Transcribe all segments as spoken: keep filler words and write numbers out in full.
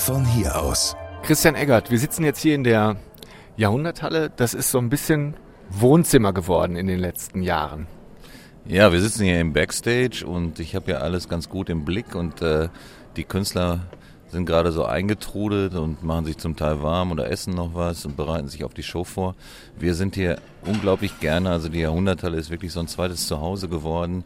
von hier aus. Christian Eggert, wir sitzen jetzt hier in der Jahrhunderthalle. Das ist so ein bisschen Wohnzimmer geworden in den letzten Jahren. Ja, wir sitzen hier im Backstage und ich habe ja alles ganz gut im Blick und äh, die Künstler sind gerade so eingetrudelt und machen sich zum Teil warm oder essen noch was und bereiten sich auf die Show vor. Wir sind hier unglaublich gerne, also die Jahrhunderthalle ist wirklich so ein zweites Zuhause geworden.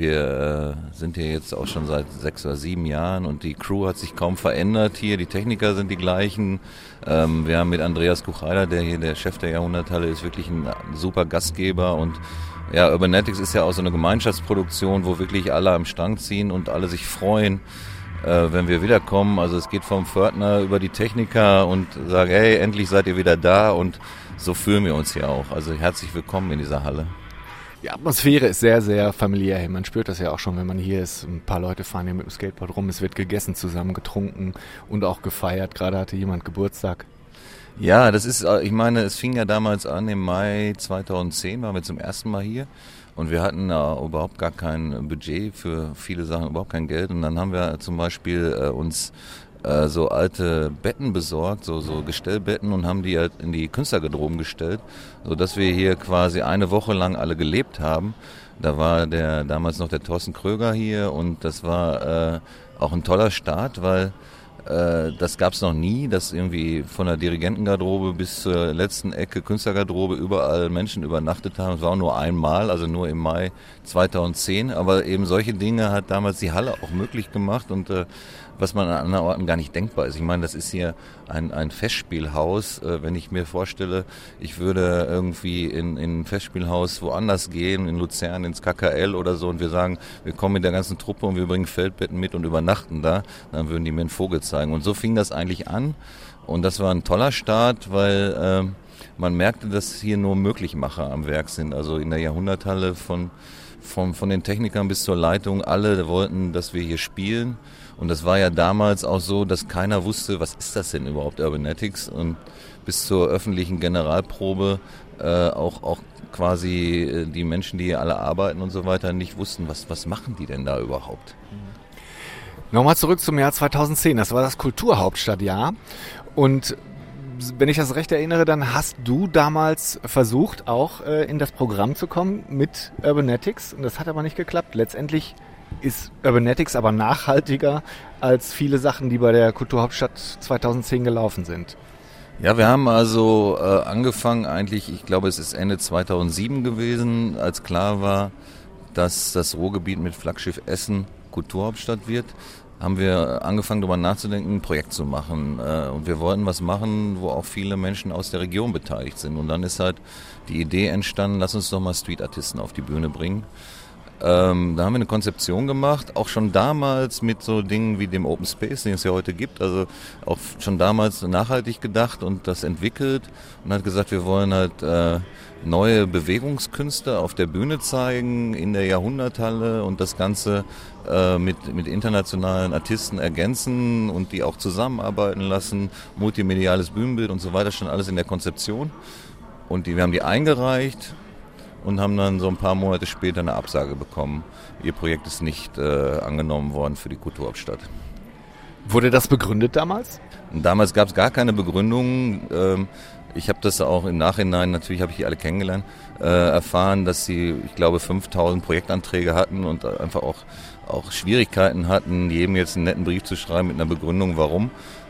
Wir äh, sind hier jetzt auch schon seit sechs oder sieben Jahren und die Crew hat sich kaum verändert hier, die Techniker sind die gleichen. Ähm, wir haben mit Andreas Kuchreider, der hier der Chef der Jahrhunderthalle ist, wirklich ein super Gastgeber und ja, Urbanetics ist ja auch so eine Gemeinschaftsproduktion, wo wirklich alle am Strang ziehen und alle sich freuen, Äh, wenn wir wiederkommen. Also es geht vom Pförtner über die Techniker und sagen, hey, endlich seid ihr wieder da und so fühlen wir uns hier auch. Also herzlich willkommen in dieser Halle. Die Atmosphäre ist sehr, sehr familiär. Man spürt das ja auch schon, wenn man hier ist. Ein paar Leute fahren hier mit dem Skateboard rum. Es wird gegessen, zusammen getrunken und auch gefeiert. Gerade hatte jemand Geburtstag. Ja, das ist, ich meine, es fing ja damals an, im Mai zweitausendzehn waren wir zum ersten Mal hier. Und wir hatten äh, überhaupt gar kein Budget für viele Sachen, überhaupt kein Geld. Und dann haben wir zum Beispiel äh, uns äh, so alte Betten besorgt, so, so Gestellbetten und haben die halt in die Künstlergarderoben gestellt, sodass wir hier quasi eine Woche lang alle gelebt haben. Da war der damals noch der Thorsten Kröger hier und das war äh, auch ein toller Start, weil äh, das gab es noch nie, dass irgendwie von der Dirigentengarderobe bis zur letzten Ecke Künstlergarderobe überall Menschen übernachtet haben. Es war auch nur einmal, also nur im Mai zweitausendzehn, aber eben solche Dinge hat damals die Halle auch möglich gemacht und äh, was man an anderen Orten gar nicht denkbar ist. Ich meine, das ist hier ein, ein Festspielhaus. Äh, wenn ich mir vorstelle, ich würde irgendwie in, in ein Festspielhaus woanders gehen, in Luzern, ins K K L oder so und wir sagen, wir kommen mit der ganzen Truppe und wir bringen Feldbetten mit und übernachten da, dann würden die mir einen Vogel zeigen. Und so fing das eigentlich an und das war ein toller Start, weil äh, man merkte, dass hier nur Möglichmacher am Werk sind. Also in der Jahrhunderthalle von, von, von den Technikern bis zur Leitung, alle wollten, dass wir hier spielen. Und das war ja damals auch so, dass keiner wusste, was ist das denn überhaupt, Urbanetics? Und bis zur öffentlichen Generalprobe äh, auch, auch quasi äh, die Menschen, die hier alle arbeiten und so weiter, nicht wussten, was, was machen die denn da überhaupt? Nochmal zurück zum Jahr zweitausendzehn, das war das Kulturhauptstadtjahr. Und wenn ich das recht erinnere, dann hast du damals versucht, auch äh, in das Programm zu kommen mit Urbanetics. Und das hat aber nicht geklappt. Letztendlich ist Urbanetics aber nachhaltiger als viele Sachen, die bei der Kulturhauptstadt zweitausendzehn gelaufen sind. Ja, wir haben also äh, angefangen eigentlich, ich glaube es ist Ende zweitausendsieben gewesen, als klar war, dass das Ruhrgebiet mit Flaggschiff Essen Kulturhauptstadt wird, haben wir angefangen darüber nachzudenken, ein Projekt zu machen. Äh, und wir wollten was machen, wo auch viele Menschen aus der Region beteiligt sind. Und dann ist halt die Idee entstanden, lass uns doch mal Street-Artisten auf die Bühne bringen. Ähm, da haben wir eine Konzeption gemacht, auch schon damals mit so Dingen wie dem Open Space, den es ja heute gibt, also auch schon damals nachhaltig gedacht und das entwickelt und hat gesagt, wir wollen halt äh, neue Bewegungskünste auf der Bühne zeigen, in der Jahrhunderthalle und das Ganze äh, mit, mit internationalen Artisten ergänzen und die auch zusammenarbeiten lassen, multimediales Bühnenbild und so weiter, schon alles in der Konzeption und die, wir haben die eingereicht und haben dann so ein paar Monate später eine Absage bekommen. Ihr Projekt ist nicht äh, angenommen worden für die Kulturhauptstadt. Wurde das begründet damals? Damals gab es gar keine Begründung. Ähm, ich habe das auch im Nachhinein, natürlich habe ich die alle kennengelernt, äh, erfahren, dass sie, ich glaube, fünftausend Projektanträge hatten und einfach auch, auch Schwierigkeiten hatten, jedem jetzt einen netten Brief zu schreiben mit einer Begründung, warum.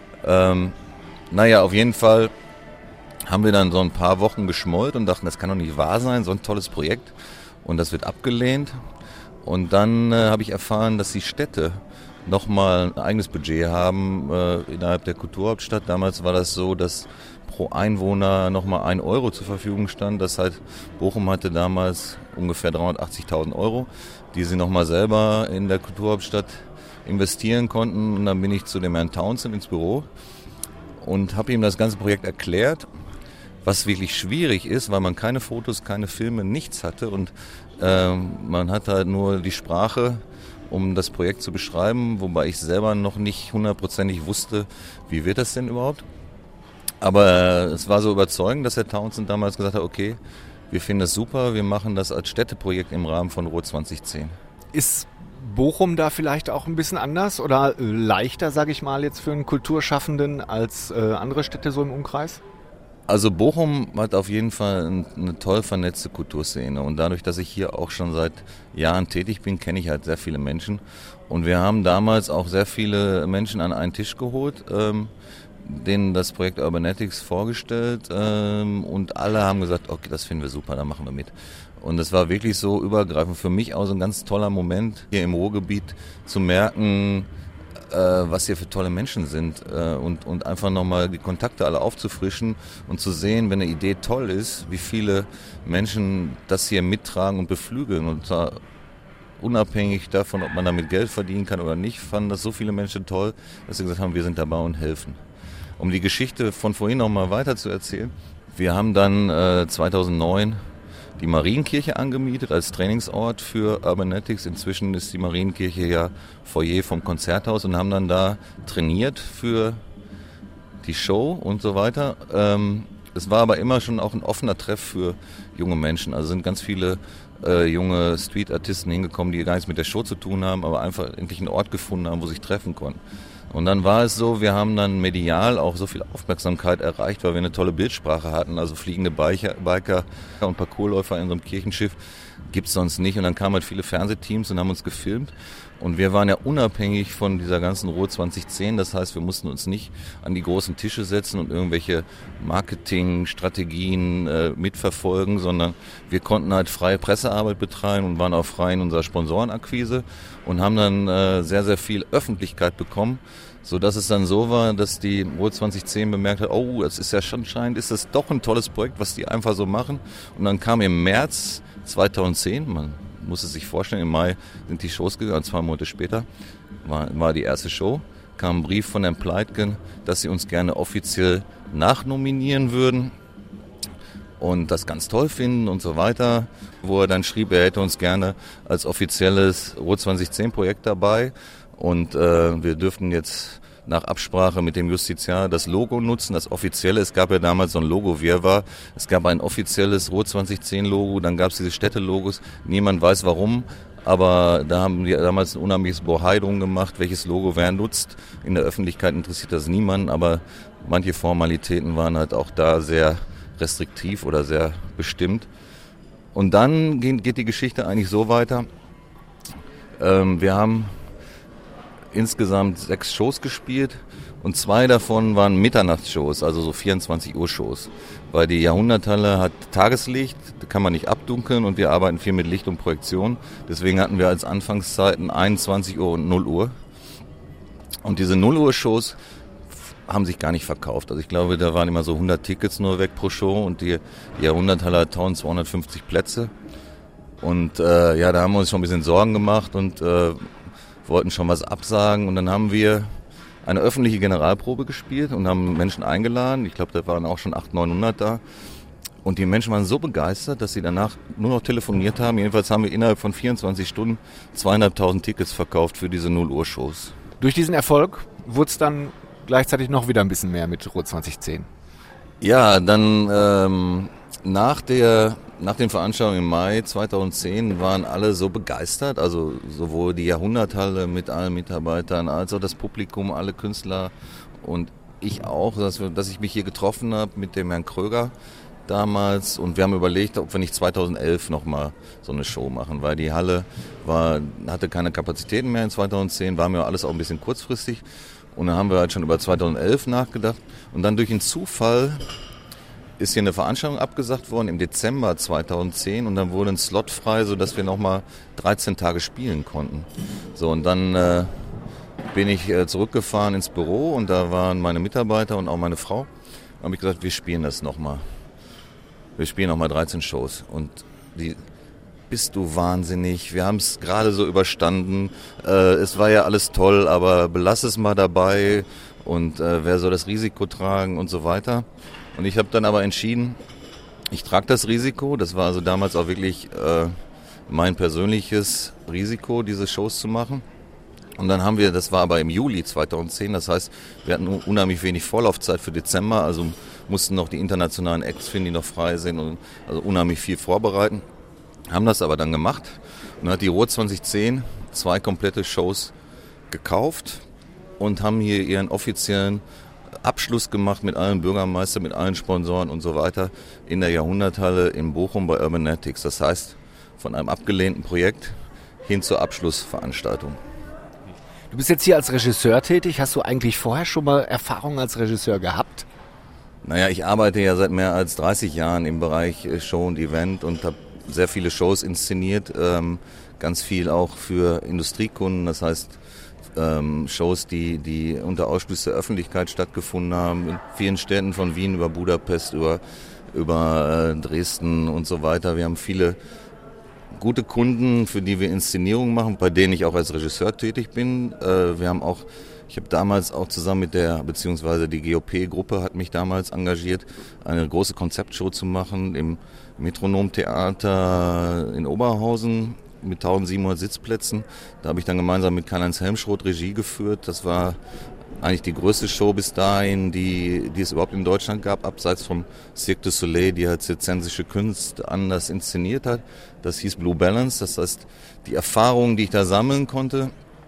Ähm, naja, auf jeden Fall haben wir dann so ein paar Wochen geschmollt und dachten, das kann doch nicht wahr sein, so ein tolles Projekt. Und das wird abgelehnt. Und dann äh, habe ich erfahren, dass die Städte nochmal ein eigenes Budget haben äh, innerhalb der Kulturhauptstadt. Damals war das so, dass pro Einwohner nochmal ein Euro zur Verfügung stand. Das heißt, Bochum hatte damals ungefähr dreihundertachtzigtausend Euro, die sie nochmal selber in der Kulturhauptstadt investieren konnten. Und dann bin ich zu dem Herrn Townsend ins Büro und habe ihm das ganze Projekt erklärt, was wirklich schwierig ist, weil man keine Fotos, keine Filme, nichts hatte und äh, man hat halt nur die Sprache, um das Projekt zu beschreiben, wobei ich selber noch nicht hundertprozentig wusste, wie wird das denn überhaupt. Aber äh, es war so überzeugend, dass Herr Townsend damals gesagt hat, okay, wir finden das super, wir machen das als Städteprojekt im Rahmen von Ruhr zwanzig zehn. Ist Bochum da vielleicht auch ein bisschen anders oder leichter, sage ich mal, jetzt für einen Kulturschaffenden als äh, andere Städte so im Umkreis? Also Bochum hat auf jeden Fall eine toll vernetzte Kulturszene und dadurch, dass ich hier auch schon seit Jahren tätig bin, kenne ich halt sehr viele Menschen und wir haben damals auch sehr viele Menschen an einen Tisch geholt, ähm, denen das Projekt Urbanetics vorgestellt ähm, und alle haben gesagt, okay, das finden wir super, da machen wir mit. Und es war wirklich so übergreifend für mich auch so ein ganz toller Moment, hier im Ruhrgebiet zu merken, was hier für tolle Menschen sind äh, und, und einfach nochmal die Kontakte alle aufzufrischen und zu sehen, wenn eine Idee toll ist, wie viele Menschen das hier mittragen und beflügeln und zwar unabhängig davon, ob man damit Geld verdienen kann oder nicht, fanden das so viele Menschen toll, dass sie gesagt haben, wir sind dabei und helfen. Um die Geschichte von vorhin nochmal weiter zu erzählen, wir haben dann äh, zweitausendneun die Marienkirche angemietet als Trainingsort für Urbanetics. Inzwischen ist die Marienkirche ja Foyer vom Konzerthaus und haben dann da trainiert für die Show und so weiter. Ähm, es war aber immer schon auch ein offener Treff für junge Menschen. Also sind ganz viele äh, junge Street-Artisten hingekommen, die gar nichts mit der Show zu tun haben, aber einfach endlich einen Ort gefunden haben, wo sie sich treffen konnten. Und dann war es so, wir haben dann medial auch so viel Aufmerksamkeit erreicht, weil wir eine tolle Bildsprache hatten, also fliegende Biker, Biker und Parkourläufer in so einem Kirchenschiff gibt's sonst nicht. Und dann kamen halt viele Fernsehteams und haben uns gefilmt. Und wir waren ja unabhängig von dieser ganzen Ruhr zwanzig zehn, das heißt, wir mussten uns nicht an die großen Tische setzen und irgendwelche Marketingstrategien äh, mitverfolgen, sondern wir konnten halt freie Pressearbeit betreiben und waren auch frei in unserer Sponsorenakquise und haben dann äh, sehr, sehr viel Öffentlichkeit bekommen, so dass es dann so war, dass die Ruhr zwanzig zehn bemerkt hat, oh, das ist ja schon scheint, ist das doch ein tolles Projekt, was die einfach so machen. Und dann kam im März zweitausendzehn, man muss es sich vorstellen, im Mai sind die Shows gegangen, zwei Monate später war, war die erste Show, kam ein Brief von Herrn Pleitgen, dass sie uns gerne offiziell nachnominieren würden und das ganz toll finden und so weiter, wo er dann schrieb, er hätte uns gerne als offizielles Ruhr zwanzig zehn Projekt dabei und äh, wir dürften jetzt nach Absprache mit dem Justiziar das Logo nutzen, das offizielle. Es gab ja damals so ein Logo-Wirrwarr. Es gab ein offizielles Ruhr zwanzig zehn Logo, dann gab es diese Städtelogos. Niemand weiß warum, aber da haben wir damals ein unheimliches Bohai drum gemacht, welches Logo wer nutzt. In der Öffentlichkeit interessiert das niemanden, aber manche Formalitäten waren halt auch da sehr restriktiv oder sehr bestimmt. Und dann geht die Geschichte eigentlich so weiter. Ähm, wir haben insgesamt sechs Shows gespielt und zwei davon waren Mitternachtsshows, also so vierundzwanzig Uhr Shows. Weil die Jahrhunderthalle hat Tageslicht, da kann man nicht abdunkeln und wir arbeiten viel mit Licht und Projektion. Deswegen hatten wir als Anfangszeiten einundzwanzig Uhr und null Uhr. Und diese null Uhr Shows haben sich gar nicht verkauft. Also ich glaube, da waren immer so hundert Tickets nur weg pro Show und die, die Jahrhunderthalle hat eintausendzweihundertfünfzig Plätze. Und äh, ja, da haben wir uns schon ein bisschen Sorgen gemacht und äh, wollten schon was absagen und dann haben wir eine öffentliche Generalprobe gespielt und haben Menschen eingeladen. Ich glaube, da waren auch schon achthundert, neunhundert da. Und die Menschen waren so begeistert, dass sie danach nur noch telefoniert haben. Jedenfalls haben wir innerhalb von vierundzwanzig Stunden zweieinhalbtausend Tickets verkauft für diese null Uhr Shows. Durch diesen Erfolg wurde es dann gleichzeitig noch wieder ein bisschen mehr mit Ruhr zwanzig zehn. Ja, dann ähm, nach der Nach den Veranstaltungen im Mai zweitausendzehn waren alle so begeistert, also sowohl die Jahrhunderthalle mit allen Mitarbeitern als auch das Publikum, alle Künstler und ich auch, dass, wir, dass ich mich hier getroffen habe mit dem Herrn Kröger damals und wir haben überlegt, ob wir nicht zweitausendelf nochmal so eine Show machen, weil die Halle war, hatte keine Kapazitäten mehr in zweitausendzehn, war mir alles auch ein bisschen kurzfristig und dann haben wir halt schon über zweitausendelf nachgedacht und dann durch einen Zufall ist hier eine Veranstaltung abgesagt worden im Dezember zweitausendzehn und dann wurde ein Slot frei, sodass wir nochmal dreizehn Tage spielen konnten. So, und dann äh, bin ich äh, zurückgefahren ins Büro und da waren meine Mitarbeiter und auch meine Frau. Da habe ich gesagt, wir spielen das nochmal. Wir spielen nochmal dreizehn Shows. Und die, bist du wahnsinnig, wir haben es gerade so überstanden. Äh, es war ja alles toll, aber belass es mal dabei und äh, wer soll das Risiko tragen und so weiter. Und ich habe dann aber entschieden, ich trage das Risiko. Das war also damals auch wirklich äh, mein persönliches Risiko, diese Shows zu machen. Und dann haben wir, das war aber im Juli zweitausendzehn, das heißt, wir hatten unheimlich wenig Vorlaufzeit für Dezember, also mussten noch die internationalen Acts finden, die noch frei sind und also unheimlich viel vorbereiten. Haben das aber dann gemacht und dann hat die Ruhr zwanzig zehn zwei komplette Shows gekauft und haben hier ihren offiziellen Abschluss gemacht mit allen Bürgermeistern, mit allen Sponsoren und so weiter in der Jahrhunderthalle in Bochum bei Urbanetics. Das heißt, von einem abgelehnten Projekt hin zur Abschlussveranstaltung. Du bist jetzt hier als Regisseur tätig. Hast du eigentlich vorher schon mal Erfahrung als Regisseur gehabt? Naja, ich arbeite ja seit mehr als dreißig Jahren im Bereich Show und Event und habe sehr viele Shows inszeniert, ähm, ganz viel auch für Industriekunden, das heißt ähm, Shows, die, die unter Ausschluss der Öffentlichkeit stattgefunden haben, in vielen Städten von Wien über Budapest, über, über äh, Dresden und so weiter. Wir haben viele gute Kunden, für die wir Inszenierungen machen, bei denen ich auch als Regisseur tätig bin. Äh, wir haben auch, ich habe damals auch zusammen mit der, beziehungsweise die G O P-Gruppe hat mich damals engagiert, eine große Konzeptshow zu machen im Metronom-Theater in Oberhausen mit eintausendsiebenhundert Sitzplätzen. Da habe ich dann gemeinsam mit Karl-Heinz Helmschroth Regie geführt. Das war eigentlich die größte Show bis dahin, die, die es überhaupt in Deutschland gab, abseits vom Cirque du Soleil, die halt zirzensische Kunst anders inszeniert hat. Das hieß Blue Balance. Das heißt, die Erfahrungen, die ich da sammeln konnte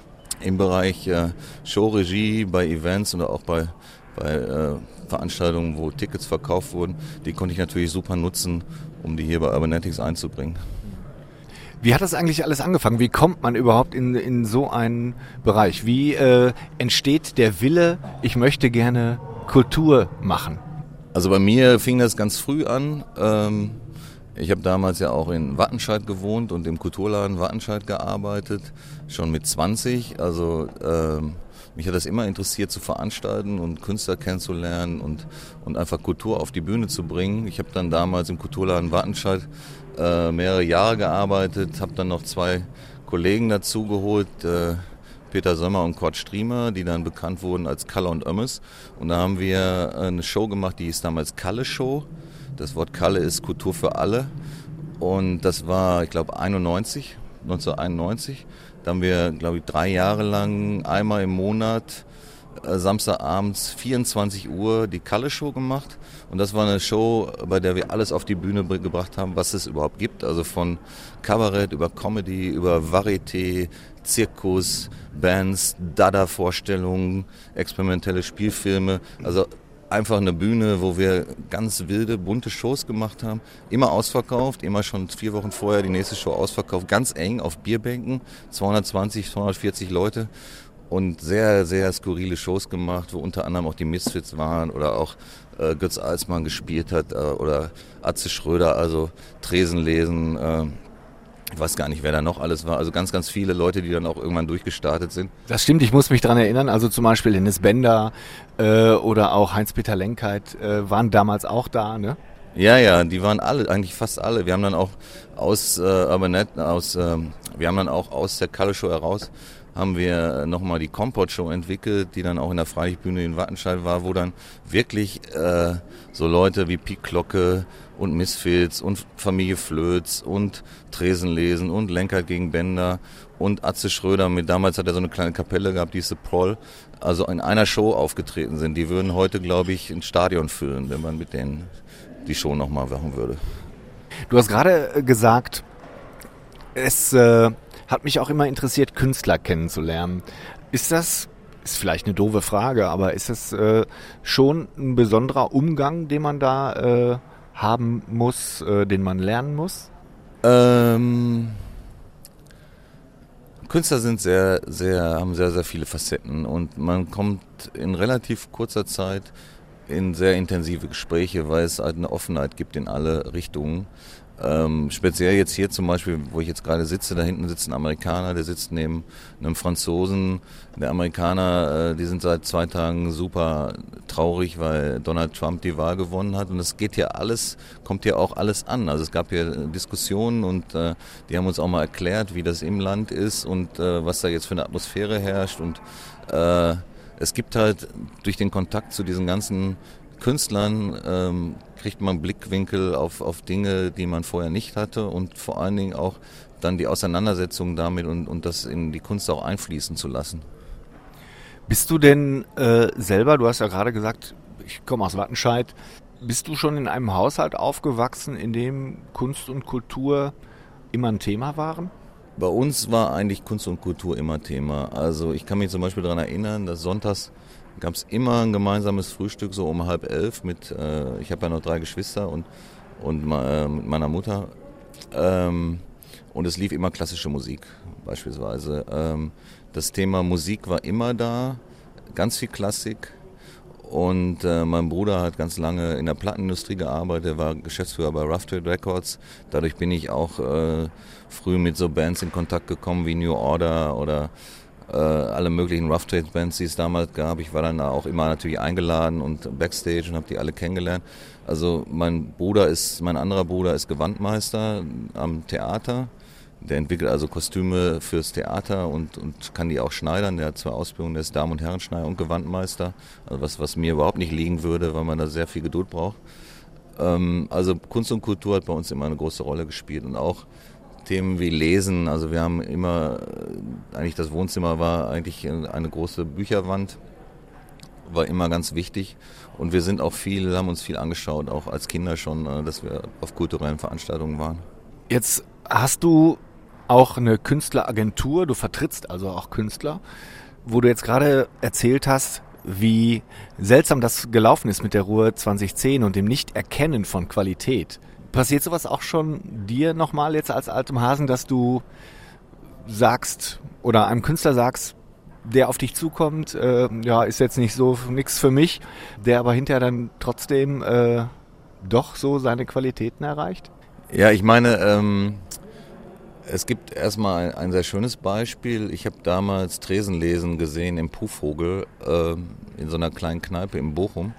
im Bereich äh, Showregie, bei Events oder auch bei, bei äh, Veranstaltungen, wo Tickets verkauft wurden, die konnte ich natürlich super nutzen, um die hier bei Urbanetics einzubringen. Wie hat das eigentlich alles angefangen? Wie kommt man überhaupt in, in so einen Bereich? Wie äh, entsteht der Wille, ich möchte gerne Kultur machen? Also bei mir fing das ganz früh an. Ähm, ich habe damals ja auch in Wattenscheid gewohnt und im Kulturladen Wattenscheid gearbeitet, schon mit zwanzig. Also ähm, mich hat das immer interessiert zu veranstalten und Künstler kennenzulernen und, und einfach Kultur auf die Bühne zu bringen. Ich habe dann damals im Kulturladen Wattenscheid äh, mehrere Jahre gearbeitet, habe dann noch zwei Kollegen dazu geholt, äh, Peter Sommer und Kurt Striemer, die dann bekannt wurden als Kalle und Ömmes. Und da haben wir eine Show gemacht, die hieß damals Kalle Show. Das Wort Kalle ist Kultur für alle. Und das war, ich glaube, einundneunzig, neunzehnhunderteinundneunzig. Da haben wir, glaube ich, drei Jahre lang einmal im Monat äh, Samstagabends vierundzwanzig Uhr die Kalle-Show gemacht. Und das war eine Show, bei der wir alles auf die Bühne b- gebracht haben, was es überhaupt gibt. Also von Kabarett über Comedy, über Varieté, Zirkus, Bands, Dada-Vorstellungen, experimentelle Spielfilme. Also einfach eine Bühne, wo wir ganz wilde, bunte Shows gemacht haben. Immer ausverkauft, immer schon vier Wochen vorher die nächste Show ausverkauft. Ganz eng auf Bierbänken, zweihundertzwanzig, zweihundertvierzig Leute. Und sehr, sehr skurrile Shows gemacht, wo unter anderem auch die Misfits waren oder auch äh, Götz Alsmann gespielt hat äh, oder Atze Schröder, also Tresenlesen. Äh, Ich weiß gar nicht, wer da noch alles war. Also ganz, ganz viele Leute, die dann auch irgendwann durchgestartet sind. Das stimmt, ich muss mich daran erinnern. Also zum Beispiel Hennes Bender äh, oder auch Heinz-Peter Lenkheit äh, waren damals auch da, ne? Ja, ja, die waren alle, eigentlich fast alle. Wir haben dann auch aus äh, Urbanet, aus, äh, wir haben dann auch aus der Kalle-Show heraus haben wir nochmal die Kompott-Show entwickelt, die dann auch in der Freilichtbühne in Wattenscheid war, wo dann wirklich äh, so Leute wie Piet Glocke und Misfits und Familie Flöz und Tresenlesen und Lenkert gegen Bender und Atze Schröder, mit damals hat er so eine kleine Kapelle gehabt, die hieß The Proll, also in einer Show aufgetreten sind. Die würden heute, glaube ich, ein Stadion füllen, wenn man mit denen die Show nochmal machen würde. Du hast gerade gesagt, es äh, hat mich auch immer interessiert, Künstler kennenzulernen. Ist das, ist vielleicht eine doofe Frage, aber ist das äh, schon ein besonderer Umgang, den man da äh, haben muss, äh, den man lernen muss? Ähm, Künstler sind sehr, sehr, haben sehr, sehr viele Facetten und man kommt in relativ kurzer Zeit in sehr intensive Gespräche, weil es halt eine Offenheit gibt in alle Richtungen. Ähm, speziell jetzt hier zum Beispiel, wo ich jetzt gerade sitze, da hinten sitzt ein Amerikaner, der sitzt neben einem Franzosen. Der Amerikaner, äh, die sind seit zwei Tagen super traurig, weil Donald Trump die Wahl gewonnen hat. Und es geht hier alles, kommt hier auch alles an. Also es gab hier Diskussionen und äh, die haben uns auch mal erklärt, wie das im Land ist und äh, was da jetzt für eine Atmosphäre herrscht. Und äh, es gibt halt durch den Kontakt zu diesen ganzen Künstlern ähm, kriegt man Blickwinkel auf, auf Dinge, die man vorher nicht hatte und vor allen Dingen auch dann die Auseinandersetzung damit und, und das in die Kunst auch einfließen zu lassen. Bist du denn äh, selber, du hast ja gerade gesagt, ich komme aus Wattenscheid, bist du schon in einem Haushalt aufgewachsen, in dem Kunst und Kultur immer ein Thema waren? Bei uns war eigentlich Kunst und Kultur immer Thema. Also ich kann mich zum Beispiel daran erinnern, dass sonntags gab es immer ein gemeinsames Frühstück so um halb elf mit, äh, ich habe ja noch drei Geschwister und, und äh, mit meiner Mutter. Ähm, und es lief immer klassische Musik beispielsweise. Ähm, das Thema Musik war immer da, ganz viel Klassik. Und äh, mein Bruder hat ganz lange in der Plattenindustrie gearbeitet, war Geschäftsführer bei Rough Trade Records. Dadurch bin ich auch äh, früh mit so Bands in Kontakt gekommen wie New Order oder äh, alle möglichen Rough Trade Bands, die es damals gab. Ich war dann da auch immer natürlich eingeladen und Backstage und habe die alle kennengelernt. Also mein Bruder ist, mein anderer Bruder ist Gewandmeister am Theater. Der entwickelt also Kostüme fürs Theater und, und kann die auch schneidern. Der hat zwei Ausbildungen, der ist Damen- und Herrenschneider und Gewandmeister. Also was, was mir überhaupt nicht liegen würde, weil man da sehr viel Geduld braucht. Ähm, also Kunst und Kultur hat bei uns immer eine große Rolle gespielt. Und auch Themen wie Lesen. Also wir haben immer, eigentlich das Wohnzimmer war eigentlich eine große Bücherwand. War immer ganz wichtig. Und wir sind auch viel, haben uns viel angeschaut, auch als Kinder schon, dass wir auf kulturellen Veranstaltungen waren. Jetzt hast du auch eine Künstleragentur, du vertrittst also auch Künstler, wo du jetzt gerade erzählt hast, wie seltsam das gelaufen ist mit der Ruhr zwanzig zehn und dem Nicht-Erkennen von Qualität. Passiert sowas auch schon dir nochmal jetzt als altem Hasen, dass du sagst oder einem Künstler sagst, der auf dich zukommt, äh, ja, ist jetzt nicht so nix für mich, der aber hinterher dann trotzdem äh, doch so seine Qualitäten erreicht? Ja, ich meine, ähm, es gibt erstmal ein, ein sehr schönes Beispiel. Ich habe damals Tresenlesen gesehen im Puhvogel äh, in so einer kleinen Kneipe in Bochum.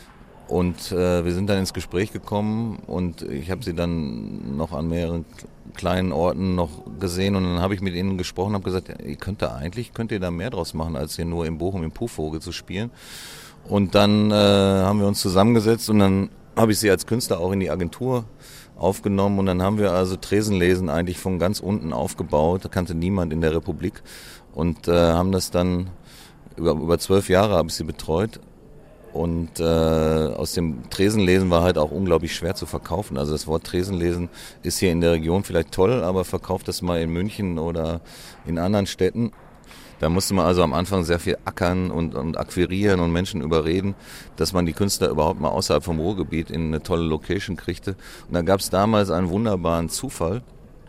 Und äh, wir sind dann ins Gespräch gekommen und ich habe sie dann noch an mehreren kleinen Orten noch gesehen und dann habe ich mit ihnen gesprochen und habe gesagt, ihr könnt da eigentlich, könnt ihr da mehr draus machen, als hier nur in Bochum im Puhvogel zu spielen. Und dann äh, haben wir uns zusammengesetzt und dann habe ich sie als Künstler auch in die Agentur aufgenommen und dann haben wir also Tresenlesen eigentlich von ganz unten aufgebaut, da kannte niemand in der Republik und äh, haben das dann über über zwölf Jahre habe ich sie betreut und äh, aus dem Tresenlesen war halt auch unglaublich schwer zu verkaufen. Also das Wort Tresenlesen ist hier in der Region vielleicht toll, aber verkauft das mal in München oder in anderen Städten. Da musste man also am Anfang sehr viel ackern und, und akquirieren und Menschen überreden, dass man die Künstler überhaupt mal außerhalb vom Ruhrgebiet in eine tolle Location kriegte. Und da gab es damals einen wunderbaren Zufall.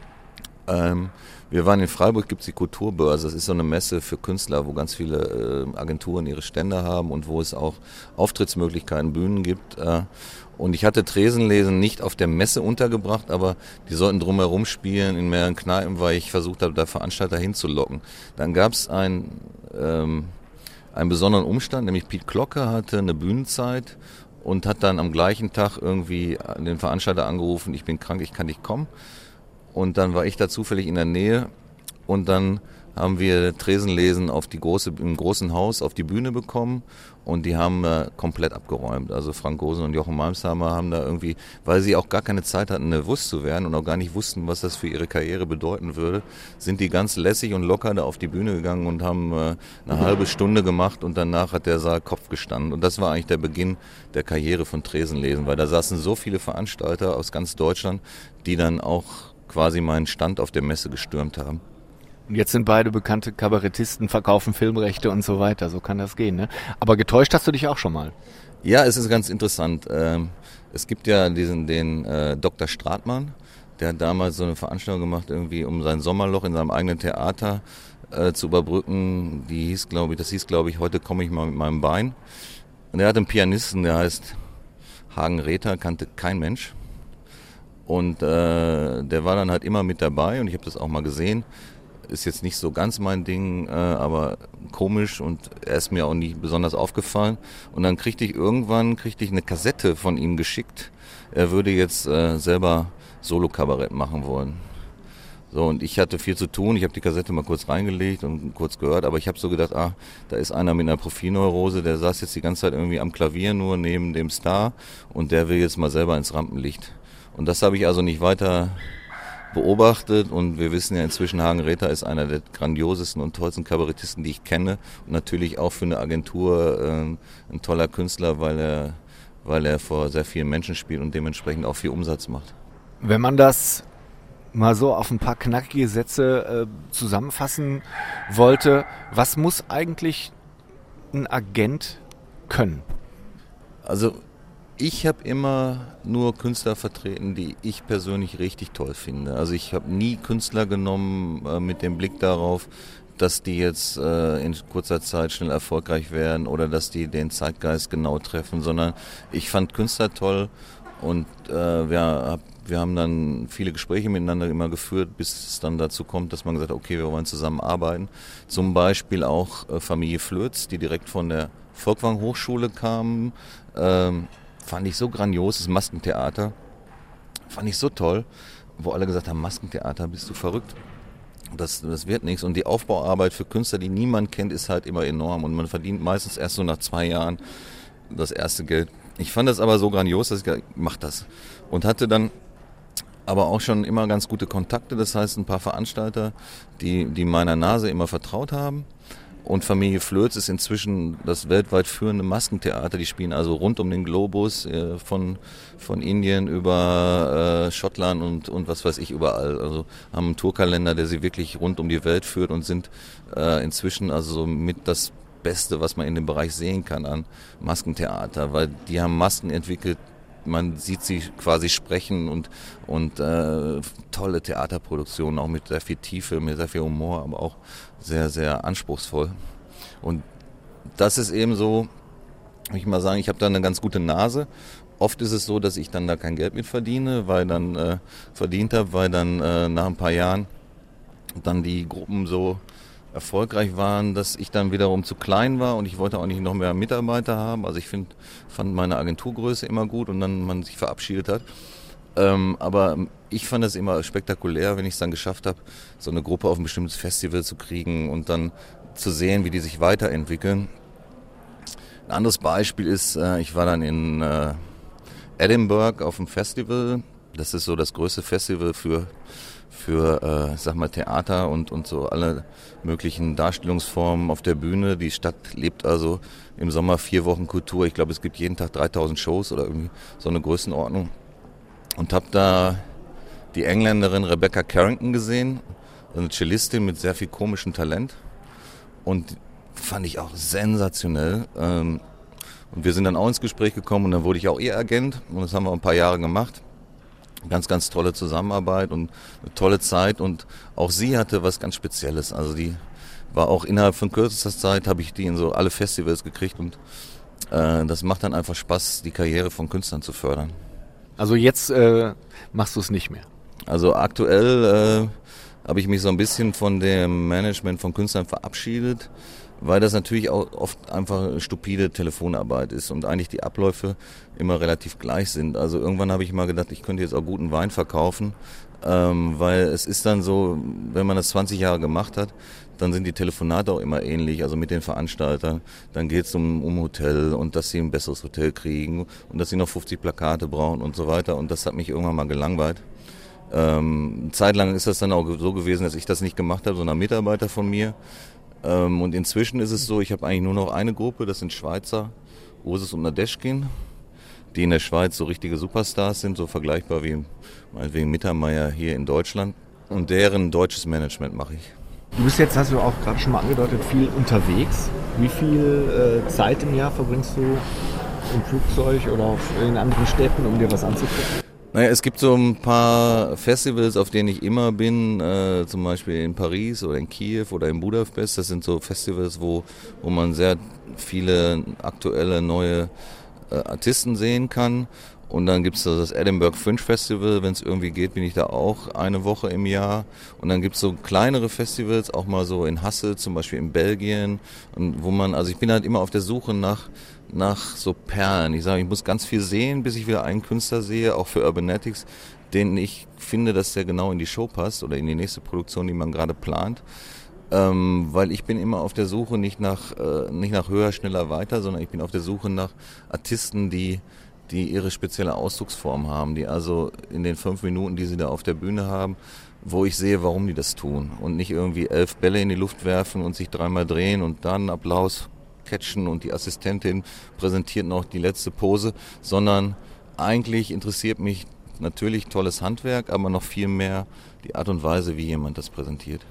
Ähm, wir waren in Freiburg, gibt es die Kulturbörse. Das ist so eine Messe für Künstler, wo ganz viele äh, Agenturen ihre Stände haben und wo es auch Auftrittsmöglichkeiten, Bühnen gibt. Äh, Und ich hatte Tresenlesen nicht auf der Messe untergebracht, aber die sollten drumherum spielen in mehreren Kneipen, weil ich versucht habe, da Veranstalter hinzulocken. Dann gab es ein, ähm, einen besonderen Umstand, nämlich Piet Glocke hatte eine Bühnenzeit und hat dann am gleichen Tag irgendwie den Veranstalter angerufen, ich bin krank, ich kann nicht kommen. Und dann war ich da zufällig in der Nähe und dann haben wir Tresenlesen auf die große, im großen Haus auf die Bühne bekommen und die haben äh, komplett abgeräumt. Also Frank Gosen und Jochen Malmsheimer haben da irgendwie, weil sie auch gar keine Zeit hatten, nervös zu werden und auch gar nicht wussten, was das für ihre Karriere bedeuten würde, sind die ganz lässig und locker da auf die Bühne gegangen und haben äh, eine halbe Stunde gemacht und danach hat der Saal Kopf gestanden. Und das war eigentlich der Beginn der Karriere von Tresenlesen, weil da saßen so viele Veranstalter aus ganz Deutschland, die dann auch quasi meinen Stand auf der Messe gestürmt haben. Und jetzt sind beide bekannte Kabarettisten, verkaufen Filmrechte und so weiter. So kann das gehen, ne? Aber getäuscht hast du dich auch schon mal. Ja, es ist ganz interessant. Ähm, es gibt ja diesen den äh, Doktor Stratmann, der hat damals so eine Veranstaltung gemacht, irgendwie um sein Sommerloch in seinem eigenen Theater äh, zu überbrücken. Die hieß, glaube ich, das hieß, glaube ich, heute komme ich mal mit meinem Bein. Und er hat einen Pianisten, der heißt Hagen Rether, kannte kein Mensch. Und äh, der war dann halt immer mit dabei und ich habe das auch mal gesehen. Ist jetzt nicht so ganz mein Ding, äh, aber komisch und er ist mir auch nicht besonders aufgefallen. Und dann kriegte ich irgendwann kriegte ich eine Kassette von ihm geschickt. Er würde jetzt äh, selber Solo-Kabarett machen wollen. So, und ich hatte viel zu tun. Ich habe die Kassette mal kurz reingelegt und kurz gehört, aber ich habe so gedacht, ah, da ist einer mit einer Profilneurose, der saß jetzt die ganze Zeit irgendwie am Klavier nur neben dem Star und der will jetzt mal selber ins Rampenlicht. Und das habe ich also nicht weiter beobachtet und wir wissen ja inzwischen, Hagen Rether ist einer der grandiosesten und tollsten Kabarettisten, die ich kenne und natürlich auch für eine Agentur äh, ein toller Künstler, weil er, weil er vor sehr vielen Menschen spielt und dementsprechend auch viel Umsatz macht. Wenn man das mal so auf ein paar knackige Sätze äh, zusammenfassen wollte, was muss eigentlich ein Agent können? Also ich habe immer nur Künstler vertreten, die ich persönlich richtig toll finde. Also ich habe nie Künstler genommen äh, mit dem Blick darauf, dass die jetzt äh, in kurzer Zeit schnell erfolgreich werden oder dass die den Zeitgeist genau treffen, sondern ich fand Künstler toll und äh, wir, hab, wir haben dann viele Gespräche miteinander immer geführt, bis es dann dazu kommt, dass man gesagt hat, okay, wir wollen zusammenarbeiten. Zum Beispiel auch äh, Familie Flöz, die direkt von der Folkwang Hochschule kamen, ähm, fand ich so grandios, das Maskentheater, fand ich so toll, wo alle gesagt haben, Maskentheater, bist du verrückt? Das, das wird nichts. Und die Aufbauarbeit für Künstler, die niemand kennt, ist halt immer enorm. Und man verdient meistens erst so nach zwei Jahren das erste Geld. Ich fand das aber so grandios, dass ich gesagt habe, mach das. Und hatte dann aber auch schon immer ganz gute Kontakte. Das heißt, ein paar Veranstalter, die, die meiner Nase immer vertraut haben. Und Familie Flöz ist inzwischen das weltweit führende Maskentheater. Die spielen also rund um den Globus, äh, von, von Indien über äh, Schottland und, und was weiß ich überall. Also haben einen Tourkalender, der sie wirklich rund um die Welt führt und sind äh, inzwischen also so mit das Beste, was man in dem Bereich sehen kann an Maskentheater. Weil die haben Masken entwickelt, man sieht sie quasi sprechen und, und äh, tolle Theaterproduktionen, auch mit sehr viel Tiefe, mit sehr viel Humor, aber auch sehr, sehr anspruchsvoll. Und das ist eben so, würde ich mal sagen, ich habe da eine ganz gute Nase. Oft ist es so, dass ich dann da kein Geld mit verdiene, weil dann äh, verdient habe, weil dann äh, nach ein paar Jahren dann die Gruppen so erfolgreich waren, dass ich dann wiederum zu klein war und ich wollte auch nicht noch mehr Mitarbeiter haben. Also ich find, fand meine Agenturgröße immer gut und dann man sich verabschiedet hat. Ähm, aber ich fand es immer spektakulär, wenn ich es dann geschafft habe, so eine Gruppe auf ein bestimmtes Festival zu kriegen und dann zu sehen, wie die sich weiterentwickeln. Ein anderes Beispiel ist, äh, ich war dann in äh, Edinburgh auf dem Festival. Das ist so das größte Festival für für, äh, sag mal, Theater und, und so alle möglichen Darstellungsformen auf der Bühne. Die Stadt lebt also im Sommer vier Wochen Kultur. Ich glaube, es gibt jeden Tag dreitausend Shows oder irgendwie so eine Größenordnung. Und habe da die Engländerin Rebecca Carrington gesehen, eine Cellistin mit sehr viel komischem Talent. Und fand ich auch sensationell. Und wir sind dann auch ins Gespräch gekommen und dann wurde ich auch ihr Agent. Und das haben wir ein paar Jahre gemacht. Ganz, ganz tolle Zusammenarbeit und eine tolle Zeit und auch sie hatte was ganz Spezielles. Also die war auch innerhalb von kürzester Zeit, habe ich die in so alle Festivals gekriegt und äh, das macht dann einfach Spaß, die Karriere von Künstlern zu fördern. Also jetzt äh, machst du es nicht mehr? Also aktuell äh, habe ich mich so ein bisschen von dem Management von Künstlern verabschiedet, weil das natürlich auch oft einfach stupide Telefonarbeit ist und eigentlich die Abläufe immer relativ gleich sind. Also irgendwann habe ich mal gedacht, ich könnte jetzt auch guten Wein verkaufen, ähm, weil es ist dann so, wenn man das zwanzig Jahre gemacht hat, dann sind die Telefonate auch immer ähnlich, also mit den Veranstaltern. Dann geht es um, um Hotel und dass sie ein besseres Hotel kriegen und dass sie noch fünfzig Plakate brauchen und so weiter. Und das hat mich irgendwann mal gelangweilt. Ähm, zeitlang ist das dann auch so gewesen, dass ich das nicht gemacht habe, sondern Mitarbeiter von mir. Ähm, und inzwischen ist es so, ich habe eigentlich nur noch eine Gruppe, das sind Schweizer, Ursus und Nadeschkin, die in der Schweiz so richtige Superstars sind, so vergleichbar wie meinetwegen Mittermeier hier in Deutschland. Und deren deutsches Management mache ich. Du bist jetzt, hast du auch gerade schon mal angedeutet, viel unterwegs. Wie viel äh, Zeit im Jahr verbringst du im Flugzeug oder auf, in anderen Städten, um dir was anzugucken? Naja, es gibt so ein paar Festivals, auf denen ich immer bin, äh, zum Beispiel in Paris oder in Kiew oder in Budapest. Das sind so Festivals, wo, wo man sehr viele aktuelle neue äh, Artisten sehen kann. Und dann gibt es das Edinburgh Fringe Festival, wenn es irgendwie geht, bin ich da auch eine Woche im Jahr. Und dann gibt es so kleinere Festivals, auch mal so in Hassel, zum Beispiel in Belgien, und wo man, also ich bin halt immer auf der Suche nach nach so Perlen. Ich sage, ich muss ganz viel sehen, bis ich wieder einen Künstler sehe, auch für Urbanetics, den ich finde, dass der genau in die Show passt oder in die nächste Produktion, die man gerade plant. Ähm, weil ich bin immer auf der Suche nicht nach äh, nicht nach höher, schneller, weiter, sondern ich bin auf der Suche nach Artisten, die die ihre spezielle Ausdrucksform haben, die also in den fünf Minuten, die sie da auf der Bühne haben, wo ich sehe, warum die das tun und nicht irgendwie elf Bälle in die Luft werfen und sich dreimal drehen und dann Applaus catchen und die Assistentin präsentiert noch die letzte Pose, sondern eigentlich interessiert mich natürlich tolles Handwerk, aber noch viel mehr die Art und Weise, wie jemand das präsentiert.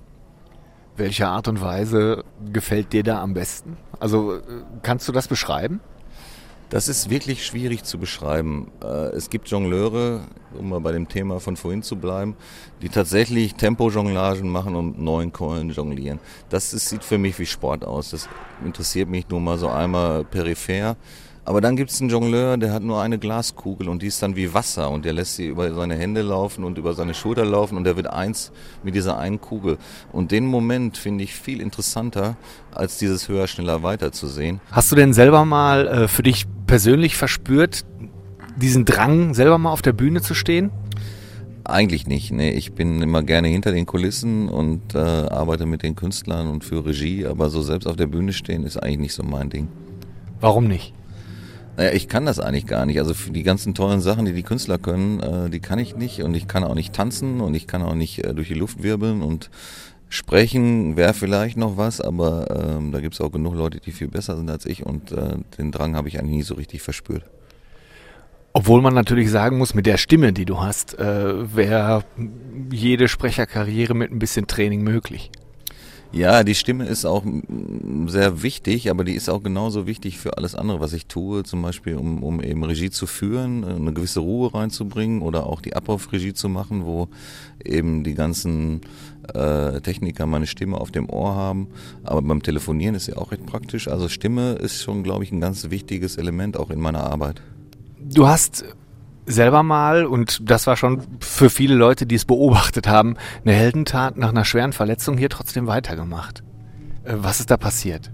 Welche Art und Weise gefällt dir da am besten? Also kannst du das beschreiben? Das ist wirklich schwierig zu beschreiben. Es gibt Jongleure, um mal bei dem Thema von vorhin zu bleiben, die tatsächlich Tempo-Jonglagen machen und neun Keulen jonglieren. Das ist, sieht für mich wie Sport aus. Das interessiert mich nur mal so einmal peripher. Aber dann gibt es einen Jongleur, der hat nur eine Glaskugel und die ist dann wie Wasser und der lässt sie über seine Hände laufen und über seine Schulter laufen und der wird eins mit dieser einen Kugel. Und den Moment finde ich viel interessanter, als dieses höher, schneller, weiter zu sehen. Hast du denn selber mal äh, für dich persönlich verspürt, diesen Drang, selber mal auf der Bühne zu stehen? Eigentlich nicht. Nee. Ich bin immer gerne hinter den Kulissen und äh, arbeite mit den Künstlern und für Regie, aber so selbst auf der Bühne stehen ist eigentlich nicht so mein Ding. Warum nicht? Naja, ich kann das eigentlich gar nicht. Also für die ganzen tollen Sachen, die die Künstler können, äh, die kann ich nicht. Und ich kann auch nicht tanzen und ich kann auch nicht äh, durch die Luft wirbeln. Und sprechen wäre vielleicht noch was, aber ähm, da gibt es auch genug Leute, die viel besser sind als ich. Und äh, den Drang habe ich eigentlich nie so richtig verspürt. Obwohl man natürlich sagen muss, mit der Stimme, die du hast, äh, wäre jede Sprecherkarriere mit ein bisschen Training möglich. Ja, die Stimme ist auch sehr wichtig, aber die ist auch genauso wichtig für alles andere, was ich tue, zum Beispiel um, um eben Regie zu führen, eine gewisse Ruhe reinzubringen oder auch die Ablaufregie zu machen, wo eben die ganzen äh, Techniker meine Stimme auf dem Ohr haben. Aber beim Telefonieren ist sie auch recht praktisch. Also Stimme ist schon, glaube ich, ein ganz wichtiges Element auch in meiner Arbeit. Du hast selber mal, und das war schon für viele Leute, die es beobachtet haben, eine Heldentat nach einer schweren Verletzung hier trotzdem weitergemacht. Äh, was ist da passiert?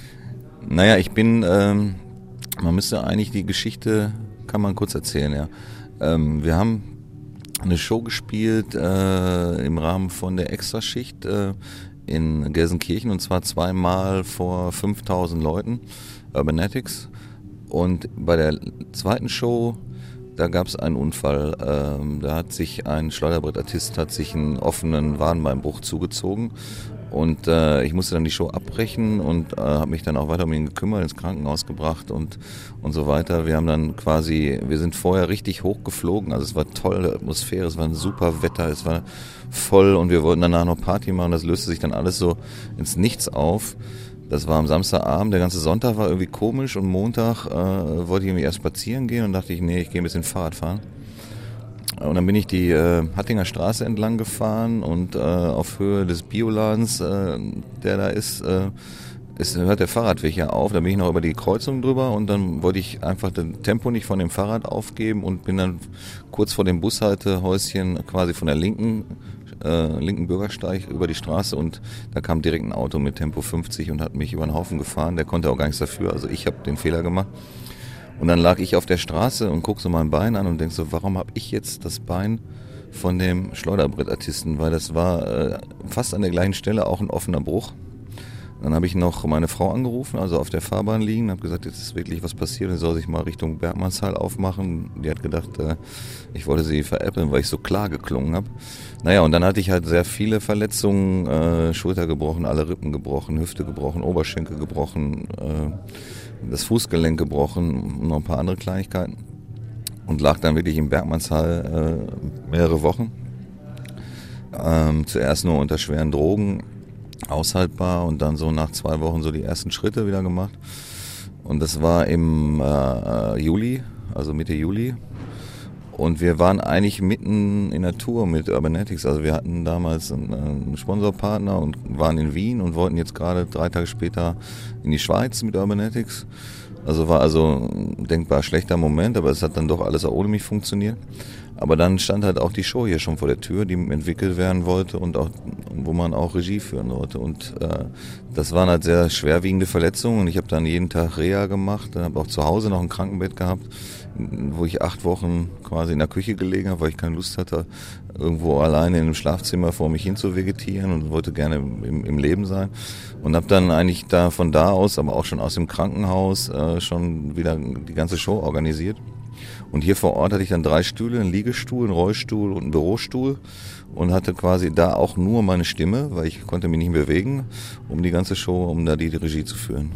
Naja, ich bin, ähm, man müsste eigentlich die Geschichte, kann man kurz erzählen, ja. Ähm, wir haben eine Show gespielt äh, im Rahmen von der Extraschicht äh, in Gelsenkirchen und zwar zweimal vor fünftausend Leuten, Urbanetics. Und bei der zweiten Show, da gab es einen Unfall. Ähm, da hat sich ein Schleuderbrettartist hat sich einen offenen Wadenbeinbruch zugezogen und äh, ich musste dann die Show abbrechen und äh, habe mich dann auch weiter um ihn gekümmert, ins Krankenhaus gebracht und und so weiter. Wir haben dann quasi, wir sind vorher richtig hoch geflogen, also es war tolle Atmosphäre, es war ein super Wetter, es war voll und wir wollten danach noch Party machen. Das löste sich dann alles so ins Nichts auf. Das war am Samstagabend, der ganze Sonntag war irgendwie komisch und Montag äh, wollte ich irgendwie erst spazieren gehen und dachte ich, nee, ich gehe ein bisschen Fahrrad fahren. Und dann bin ich die äh, Hattinger Straße entlang gefahren und äh, auf Höhe des Bioladens, äh, der da ist, äh, ist, hört der Fahrradweg ja auf. Da bin ich noch über die Kreuzung drüber und dann wollte ich einfach das Tempo nicht von dem Fahrrad aufgeben und bin dann kurz vor dem Bushaltehäuschen quasi von der linken Äh, linken Bürgersteig über die Straße und da kam direkt ein Auto mit Tempo fünfzig und hat mich über den Haufen gefahren. Der konnte auch gar nichts dafür, also ich habe den Fehler gemacht. Und dann lag ich auf der Straße und guck so mein Bein an und denk so, warum habe ich jetzt das Bein von dem Schleuderbrettartisten? Weil das war äh, fast an der gleichen Stelle auch ein offener Bruch. Dann habe ich noch meine Frau angerufen, also auf der Fahrbahn liegen, habe gesagt, jetzt ist wirklich was passiert, sie soll sich mal Richtung Bergmannshall aufmachen. Die hat gedacht, äh, ich wollte sie veräppeln, weil ich so klar geklungen habe. Naja, und dann hatte ich halt sehr viele Verletzungen, äh, Schulter gebrochen, alle Rippen gebrochen, Hüfte gebrochen, Oberschenkel gebrochen, äh, das Fußgelenk gebrochen und noch ein paar andere Kleinigkeiten. Und lag dann wirklich im Bergmannshall äh, mehrere Wochen. Ähm, zuerst nur unter schweren Drogen, aushaltbar und dann so nach zwei Wochen so die ersten Schritte wieder gemacht. Und das war im äh, Juli, also Mitte Juli. Und wir waren eigentlich mitten in der Tour mit Urbanetics. Also wir hatten damals einen, einen Sponsorpartner und waren in Wien und wollten jetzt gerade drei Tage später in die Schweiz mit Urbanetics. Also war also ein denkbar schlechter Moment, aber es hat dann doch alles auch ohne mich funktioniert. Aber dann stand halt auch die Show hier schon vor der Tür, die entwickelt werden wollte und auch, wo man auch Regie führen wollte. Und äh, das waren halt sehr schwerwiegende Verletzungen und ich habe dann jeden Tag Reha gemacht, habe auch zu Hause noch ein Krankenbett gehabt, wo ich acht Wochen quasi in der Küche gelegen habe, weil ich keine Lust hatte, irgendwo alleine in einem Schlafzimmer vor mich hin zu vegetieren und wollte gerne im, im Leben sein. Und habe dann eigentlich da von da aus, aber auch schon aus dem Krankenhaus, äh, schon wieder die ganze Show organisiert. Und hier vor Ort hatte ich dann drei Stühle, einen Liegestuhl, einen Rollstuhl und einen Bürostuhl und hatte quasi da auch nur meine Stimme, weil ich konnte mich nicht bewegen, um die ganze Show, um da die, die Regie zu führen.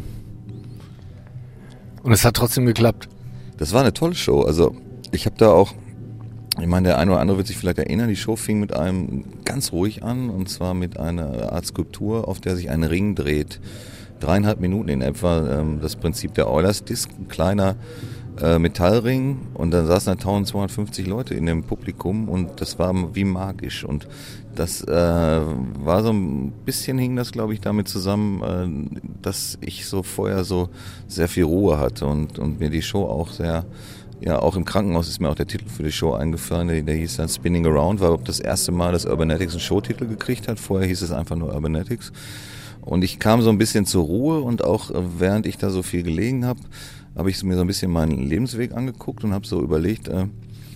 Und es hat trotzdem geklappt? Das war eine tolle Show. Also ich habe da auch Ich meine, der eine oder andere wird sich vielleicht erinnern, die Show fing mit einem ganz ruhig an, und zwar mit einer Art Skulptur, auf der sich ein Ring dreht. Dreieinhalb Minuten in etwa, ähm, das Prinzip der Eulers-Disc, ein kleiner äh, Metallring, und dann saßen da eintausendzweihundertfünfzig Leute in dem Publikum, und das war wie magisch, und das äh, war so ein bisschen, hing das glaube ich damit zusammen, äh, dass ich so vorher so sehr viel Ruhe hatte und, und mir die Show auch sehr... Ja, auch im Krankenhaus ist mir auch der Titel für die Show eingefallen, der, der hieß dann Spinning Around, war das erste Mal, dass Urbanetics einen Showtitel gekriegt hat. Vorher hieß es einfach nur Urbanetics. Und ich kam so ein bisschen zur Ruhe, und auch während ich da so viel gelegen habe, habe ich mir so ein bisschen meinen Lebensweg angeguckt und habe so überlegt, äh,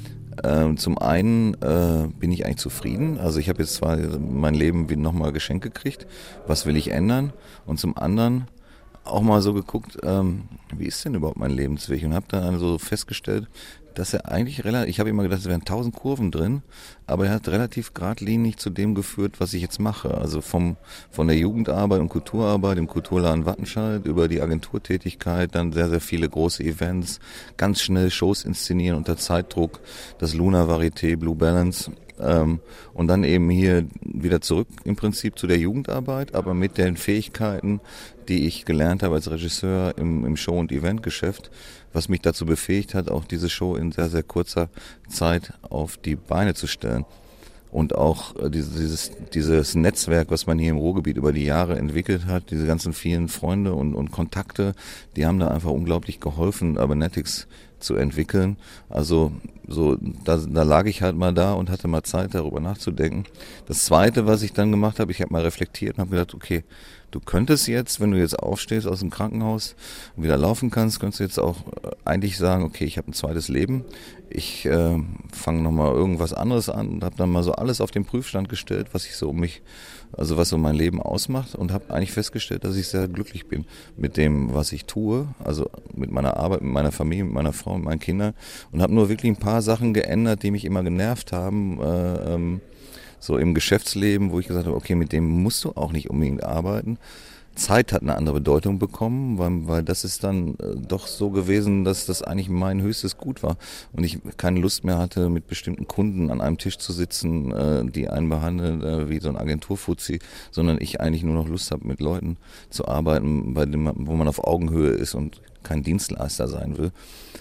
äh, zum einen äh, bin ich eigentlich zufrieden, also ich habe jetzt zwar mein Leben wieder nochmal geschenkt gekriegt, was will ich ändern? Und zum anderen auch mal so geguckt, ähm, wie ist denn überhaupt mein Lebensweg, und habe dann also festgestellt, dass er eigentlich relativ, ich habe immer gedacht, es wären tausend Kurven drin, aber er hat relativ geradlinig zu dem geführt, was ich jetzt mache. Also vom von der Jugendarbeit und Kulturarbeit im Kulturladen Wattenscheid über die Agenturtätigkeit, dann sehr, sehr viele große Events, ganz schnell Shows inszenieren unter Zeitdruck, das Luna Varieté, Blue Balance, ähm, und dann eben hier wieder zurück im Prinzip zu der Jugendarbeit, aber mit den Fähigkeiten, die ich gelernt habe als Regisseur im, im Show- und Eventgeschäft, was mich dazu befähigt hat, auch diese Show in sehr, sehr kurzer Zeit auf die Beine zu stellen. Und auch äh, dieses, dieses Netzwerk, was man hier im Ruhrgebiet über die Jahre entwickelt hat, diese ganzen vielen Freunde und, und Kontakte, die haben da einfach unglaublich geholfen, Urbanetics zu entwickeln. Also so, da, da lag ich halt mal da und hatte mal Zeit, darüber nachzudenken. Das Zweite, was ich dann gemacht habe, ich habe mal reflektiert und habe gedacht, okay, du könntest jetzt, wenn du jetzt aufstehst aus dem Krankenhaus und wieder laufen kannst, könntest du jetzt auch eigentlich sagen, okay, ich habe ein zweites Leben. Ich äh, fange nochmal irgendwas anderes an und habe dann mal so alles auf den Prüfstand gestellt, was ich so um mich, also was so mein Leben ausmacht, und habe eigentlich festgestellt, dass ich sehr glücklich bin mit dem, was ich tue, also mit meiner Arbeit, mit meiner Familie, mit meiner Frau, mit meinen Kindern, und habe nur wirklich ein paar Sachen geändert, die mich immer genervt haben, äh, ähm, so im Geschäftsleben, wo ich gesagt habe, okay, mit dem musst du auch nicht unbedingt arbeiten. Zeit hat eine andere Bedeutung bekommen, weil, weil das ist dann äh, doch so gewesen, dass das eigentlich mein höchstes Gut war und ich keine Lust mehr hatte, mit bestimmten Kunden an einem Tisch zu sitzen, äh, die einen behandeln äh, wie so ein Agenturfuzzi, sondern ich eigentlich nur noch Lust habe, mit Leuten zu arbeiten, bei dem man, wo man auf Augenhöhe ist und kein Dienstleister sein will.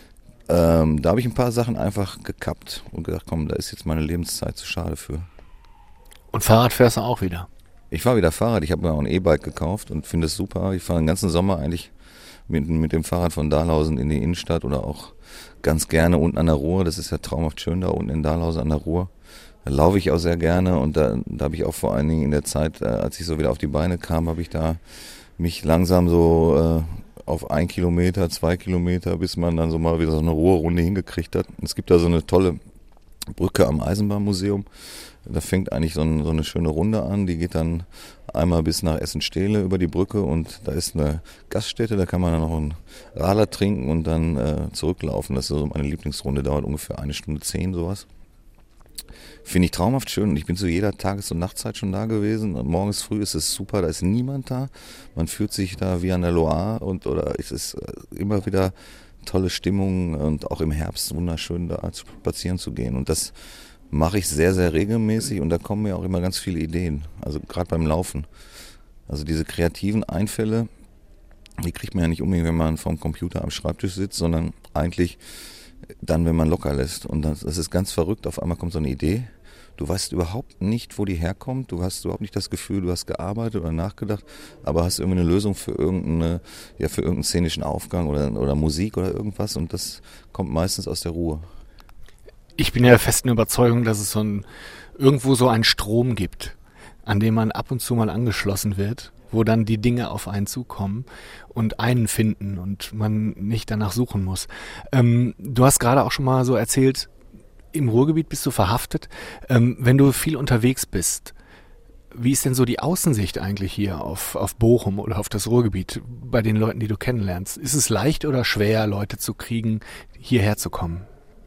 Ähm, da habe ich ein paar Sachen einfach gekappt und gedacht, komm, da ist jetzt meine Lebenszeit zu schade für. Und Fahrrad fährst du auch wieder? Ich fahre wieder Fahrrad. Ich habe mir auch ein E-Bike gekauft und finde es super. Ich fahre den ganzen Sommer eigentlich mit, mit dem Fahrrad von Dahlhausen in die Innenstadt oder auch ganz gerne unten an der Ruhr. Das ist ja traumhaft schön da unten in Dahlhausen an der Ruhr. Da laufe ich auch sehr gerne, und da, da habe ich auch vor allen Dingen in der Zeit, als ich so wieder auf die Beine kam, habe ich da mich langsam so äh, auf ein Kilometer, zwei Kilometer, bis man dann so mal wieder so eine Ruhrrunde hingekriegt hat. Es gibt da so eine tolle Brücke am Eisenbahnmuseum. Da fängt eigentlich so, ein, so eine schöne Runde an, die geht dann einmal bis nach Essen-Stehle über die Brücke, und da ist eine Gaststätte, da kann man dann noch einen Radler trinken und dann äh, zurücklaufen. Das ist so meine Lieblingsrunde, dauert ungefähr eine Stunde zehn, sowas. Finde ich traumhaft schön, und ich bin zu jeder Tages- und Nachtzeit schon da gewesen, und morgens früh ist es super, da ist niemand da, man fühlt sich da wie an der Loire, und oder es ist immer wieder tolle Stimmung, und auch im Herbst wunderschön da spazieren zu gehen, und das mache ich sehr, sehr regelmäßig, und da kommen mir auch immer ganz viele Ideen, also gerade beim Laufen. Also diese kreativen Einfälle, die kriegt man ja nicht unbedingt, wenn man vorm Computer am Schreibtisch sitzt, sondern eigentlich dann, wenn man locker lässt. Und das, das ist ganz verrückt, auf einmal kommt so eine Idee, du weißt überhaupt nicht, wo die herkommt, du hast überhaupt nicht das Gefühl, du hast gearbeitet oder nachgedacht, aber hast irgendwie eine Lösung für irgendeine, ja, für irgendeinen szenischen Aufgang oder, oder Musik oder irgendwas, und das kommt meistens aus der Ruhe. Ich bin ja der festen Überzeugung, dass es so ein, irgendwo so einen Strom gibt, an dem man ab und zu mal angeschlossen wird, wo dann die Dinge auf einen zukommen und einen finden und man nicht danach suchen muss. Ähm, du hast gerade auch schon mal so erzählt, im Ruhrgebiet bist du verhaftet. Ähm, wenn du viel unterwegs bist, wie ist denn so die Außensicht eigentlich hier auf, auf Bochum oder auf das Ruhrgebiet bei den Leuten, die du kennenlernst? Ist es leicht oder schwer, Leute zu kriegen, hierher zu kommen?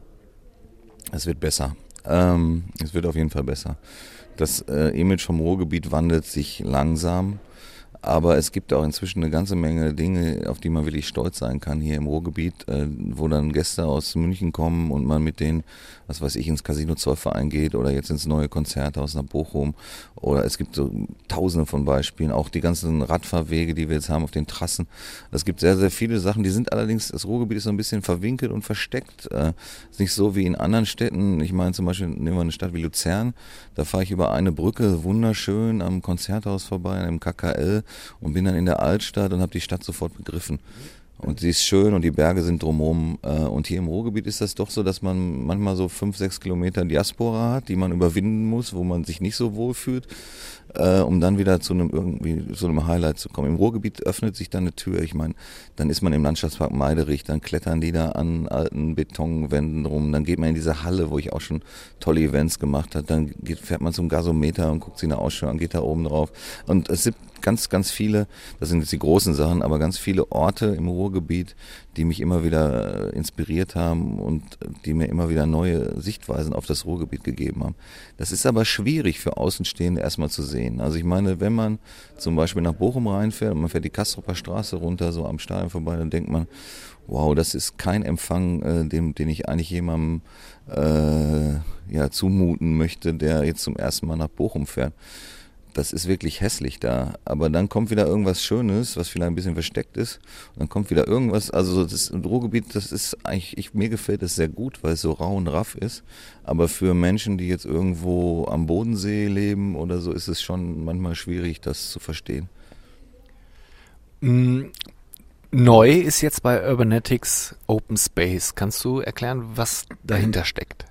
Es wird besser. Ähm, es wird auf jeden Fall besser. Das äh, Image vom Ruhrgebiet wandelt sich langsam, Aber es gibt auch inzwischen eine ganze Menge Dinge, auf die man wirklich stolz sein kann hier im Ruhrgebiet, äh, wo dann Gäste aus München kommen und man mit denen, was weiß ich, ins Casino-Zollverein geht oder jetzt ins neue Konzerthaus nach Bochum. Oder es gibt so tausende von Beispielen, auch die ganzen Radfahrwege, die wir jetzt haben auf den Trassen. Es gibt sehr, sehr viele Sachen, die sind allerdings, das Ruhrgebiet ist so ein bisschen verwinkelt und versteckt. Äh, ist nicht so wie in anderen Städten. Ich meine zum Beispiel, nehmen wir eine Stadt wie Luzern, da fahre ich über eine Brücke, wunderschön am Konzerthaus vorbei, im K K L, und bin dann in der Altstadt und habe die Stadt sofort begriffen. Und sie ist schön und die Berge sind drumherum. Und hier im Ruhrgebiet ist das doch so, dass man manchmal so fünf, sechs Kilometer Diaspora hat, die man überwinden muss, wo man sich nicht so wohl fühlt, um dann wieder zu einem irgendwie zu einem Highlight zu kommen. Im Ruhrgebiet öffnet sich dann eine Tür. Ich meine, dann ist man im Landschaftspark Meiderich, dann klettern die da an alten Betonwänden rum, dann geht man in diese Halle, wo ich auch schon tolle Events gemacht habe, dann geht, fährt man zum Gasometer und guckt sich eine Ausstellung an, geht da oben drauf. Und es sind ganz, ganz viele, das sind jetzt die großen Sachen, aber ganz viele Orte im Ruhrgebiet, die mich immer wieder inspiriert haben und die mir immer wieder neue Sichtweisen auf das Ruhrgebiet gegeben haben. Das ist aber schwierig für Außenstehende erstmal zu sehen. Also ich meine, wenn man zum Beispiel nach Bochum reinfährt und man fährt die Kastropper Straße runter, so am Stadion vorbei, dann denkt man, wow, das ist kein Empfang, äh, dem, den ich eigentlich jemandem äh, ja, zumuten möchte, der jetzt zum ersten Mal nach Bochum fährt. Das ist wirklich hässlich da, aber dann kommt wieder irgendwas Schönes, was vielleicht ein bisschen versteckt ist, und dann kommt wieder irgendwas, also das Ruhrgebiet, das ist eigentlich, ich, mir gefällt das sehr gut, weil es so rau und raff ist, aber für Menschen, die jetzt irgendwo am Bodensee leben oder so, ist es schon manchmal schwierig, das zu verstehen. Neu ist jetzt bei Urbanetics Open Space. Kannst du erklären, was dahinter steckt?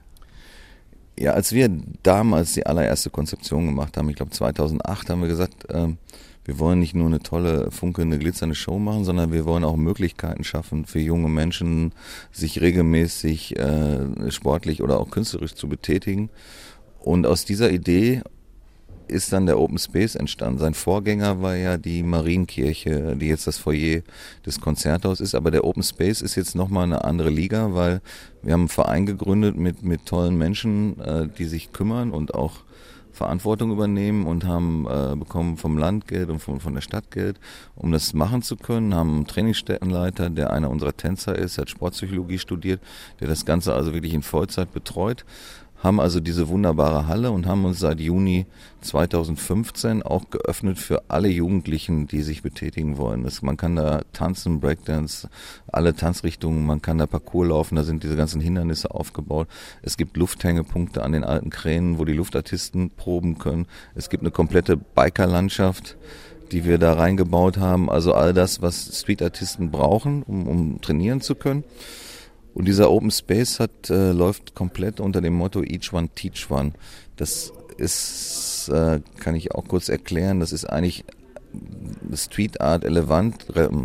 Ja, als wir damals die allererste Konzeption gemacht haben, ich glaube zweitausendacht, haben wir gesagt, äh, wir wollen nicht nur eine tolle, funkelnde, glitzernde Show machen, sondern wir wollen auch Möglichkeiten schaffen für junge Menschen, sich regelmäßig äh, sportlich oder auch künstlerisch zu betätigen. Und aus dieser Idee ist dann der Open Space entstanden. Sein Vorgänger war ja die Marienkirche, die jetzt das Foyer des Konzerthauses ist, aber der Open Space ist jetzt nochmal eine andere Liga, weil wir haben einen Verein gegründet mit, mit tollen Menschen, äh, die sich kümmern und auch Verantwortung übernehmen und haben äh, bekommen vom Land Geld und von, von der Stadt Geld, um das machen zu können, haben einen Trainingsstättenleiter, der einer unserer Tänzer ist, hat Sportpsychologie studiert, der das Ganze also wirklich in Vollzeit betreut, haben also diese wunderbare Halle und haben uns seit Juni zweitausendfünfzehn auch geöffnet für alle Jugendlichen, die sich betätigen wollen. Das, man kann da tanzen, Breakdance, alle Tanzrichtungen, man kann da Parcours laufen, da sind diese ganzen Hindernisse aufgebaut. Es gibt Lufthängepunkte an den alten Kränen, wo die Luftartisten proben können. Es gibt eine komplette Bikerlandschaft, die wir da reingebaut haben. Also all das, was Streetartisten brauchen, um, um trainieren zu können. Und dieser Open Space hat, äh, läuft komplett unter dem Motto Each One Teach One. Das ist, äh, kann ich auch kurz erklären, das ist eigentlich Street Art relevant.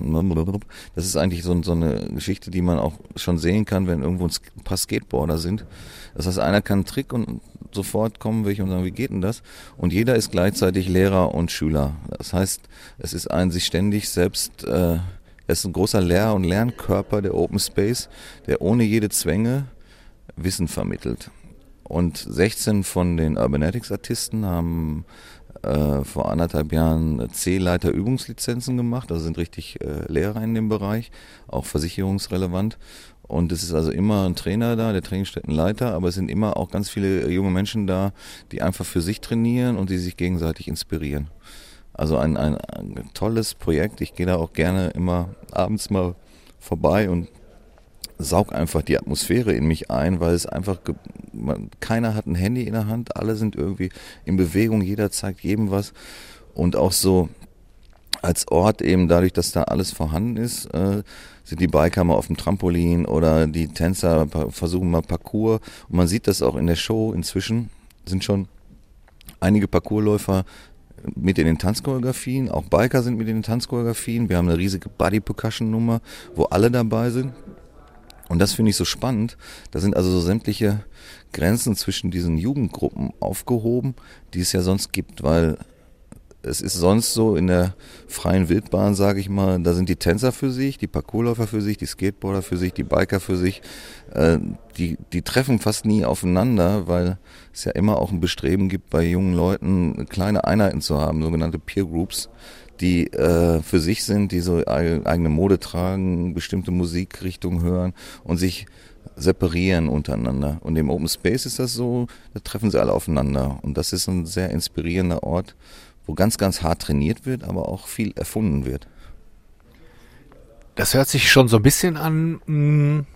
Das ist eigentlich so, so eine Geschichte, die man auch schon sehen kann, wenn irgendwo ein paar Skateboarder sind. Das heißt, einer kann einen Trick und sofort kommen welche und sagen, wie geht denn das? Und jeder ist gleichzeitig Lehrer und Schüler. Das heißt, es ist ein sich ständig selbst... Äh, Es ist ein großer Lehr- und Lernkörper, der Open Space, der ohne jede Zwänge Wissen vermittelt. Und sechzehn von den Urbanetics-Artisten haben äh, vor anderthalb Jahren C-Leiter-Übungslizenzen gemacht, also sind richtig äh, Lehrer in dem Bereich, auch versicherungsrelevant. Und es ist also immer ein Trainer da, der Trainingsstättenleiter, aber es sind immer auch ganz viele junge Menschen da, die einfach für sich trainieren und die sich gegenseitig inspirieren. Also ein, ein, ein tolles Projekt. Ich gehe da auch gerne immer abends mal vorbei und saug einfach die Atmosphäre in mich ein, weil es einfach, ge- man, keiner hat ein Handy in der Hand, alle sind irgendwie in Bewegung, jeder zeigt jedem was. Und auch so als Ort eben dadurch, dass da alles vorhanden ist, äh, sind die Biker mal auf dem Trampolin oder die Tänzer versuchen mal Parcours. Und man sieht das auch in der Show inzwischen, sind schon einige Parcoursläufer mit in den Tanzchoreografien, auch Biker sind mit in den Tanzchoreografien. Wir haben eine riesige Body-Percussion-Nummer, wo alle dabei sind. Und das finde ich so spannend. Da sind also so sämtliche Grenzen zwischen diesen Jugendgruppen aufgehoben, die es ja sonst gibt, weil es ist sonst so in der freien Wildbahn, sage ich mal, da sind die Tänzer für sich, die Parcoursläufer für sich, die Skateboarder für sich, die Biker für sich. Äh, die, die treffen fast nie aufeinander, weil es ja immer auch ein Bestreben gibt, bei jungen Leuten kleine Einheiten zu haben, sogenannte Peer Groups, die äh, für sich sind, die so eigene Mode tragen, bestimmte Musikrichtungen hören und sich separieren untereinander. Und im Open Space ist das so, da treffen sie alle aufeinander. Und das ist ein sehr inspirierender Ort, wo ganz, ganz hart trainiert wird, aber auch viel erfunden wird. Das hört sich schon so ein bisschen an, mh,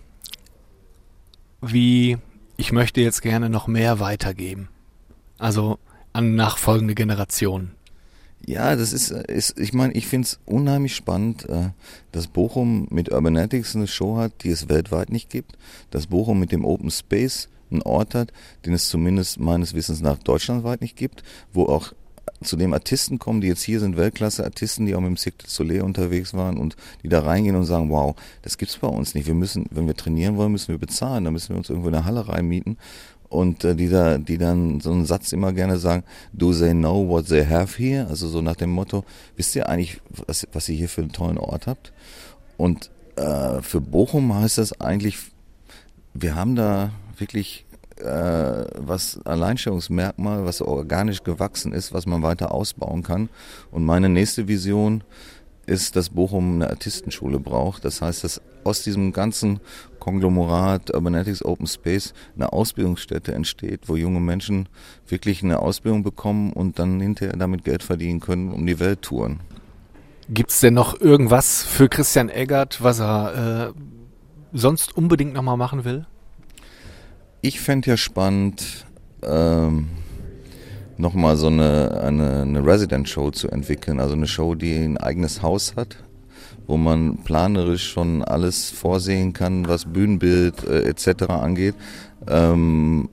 wie ich möchte jetzt gerne noch mehr weitergeben. Also an nachfolgende Generationen. Ja, das ist, ist ich meine, ich finde es unheimlich spannend, äh, dass Bochum mit Urbanetics eine Show hat, die es weltweit nicht gibt, dass Bochum mit dem Open Space einen Ort hat, den es zumindest meines Wissens nach deutschlandweit nicht gibt, wo auch zu dem Artisten kommen, die jetzt hier sind, Weltklasse-Artisten, die auch mit dem Cirque du Soleil unterwegs waren und die da reingehen und sagen, wow, das gibt's bei uns nicht. Wir müssen, wenn wir trainieren wollen, müssen wir bezahlen, dann müssen wir uns irgendwo in eine Halle reinmieten. Und äh, die, da, die dann so einen Satz immer gerne sagen, do they know what they have here? Also so nach dem Motto, wisst ihr eigentlich, was, was ihr hier für einen tollen Ort habt? Und äh, für Bochum heißt das eigentlich, wir haben da wirklich äh, was Alleinstellungsmerkmal, was organisch gewachsen ist, was man weiter ausbauen kann. Und meine nächste Vision ist, dass Bochum eine Artistenschule braucht. Das heißt, dass aus diesem ganzen Konglomerat Urbanetics Open Space eine Ausbildungsstätte entsteht, wo junge Menschen wirklich eine Ausbildung bekommen und dann hinterher damit Geld verdienen können, um die Welt touren. Gibt es denn noch irgendwas für Christian Eggert, was er äh, sonst unbedingt nochmal machen will? Ich fände ja spannend, ähm, nochmal so eine, eine, eine Resident-Show zu entwickeln, also eine Show, die ein eigenes Haus hat, wo man planerisch schon alles vorsehen kann, was Bühnenbild äh, et cetera angeht. Ähm,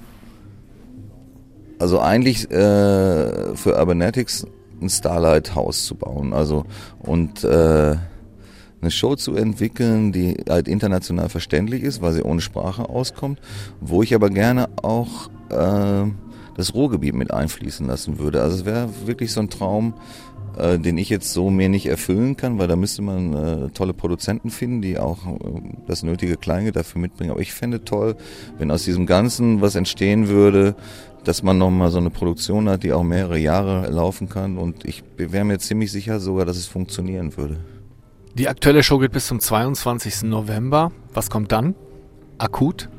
also eigentlich äh, für Urbanetics ein Starlight-Haus zu bauen, also und äh, eine Show zu entwickeln, die halt international verständlich ist, weil sie ohne Sprache auskommt, wo ich aber gerne auch äh, das Ruhrgebiet mit einfließen lassen würde. Also es wäre wirklich so ein Traum, äh, den ich jetzt so mir nicht erfüllen kann, weil da müsste man äh, tolle Produzenten finden, die auch äh, das nötige Kleingeld dafür mitbringen. Aber ich fände toll, wenn aus diesem Ganzen was entstehen würde, dass man nochmal so eine Produktion hat, die auch mehrere Jahre laufen kann. Und ich wäre mir ziemlich sicher sogar, dass es funktionieren würde. Die aktuelle Show geht bis zum zweiundzwanzigsten November. Was kommt dann? Akut?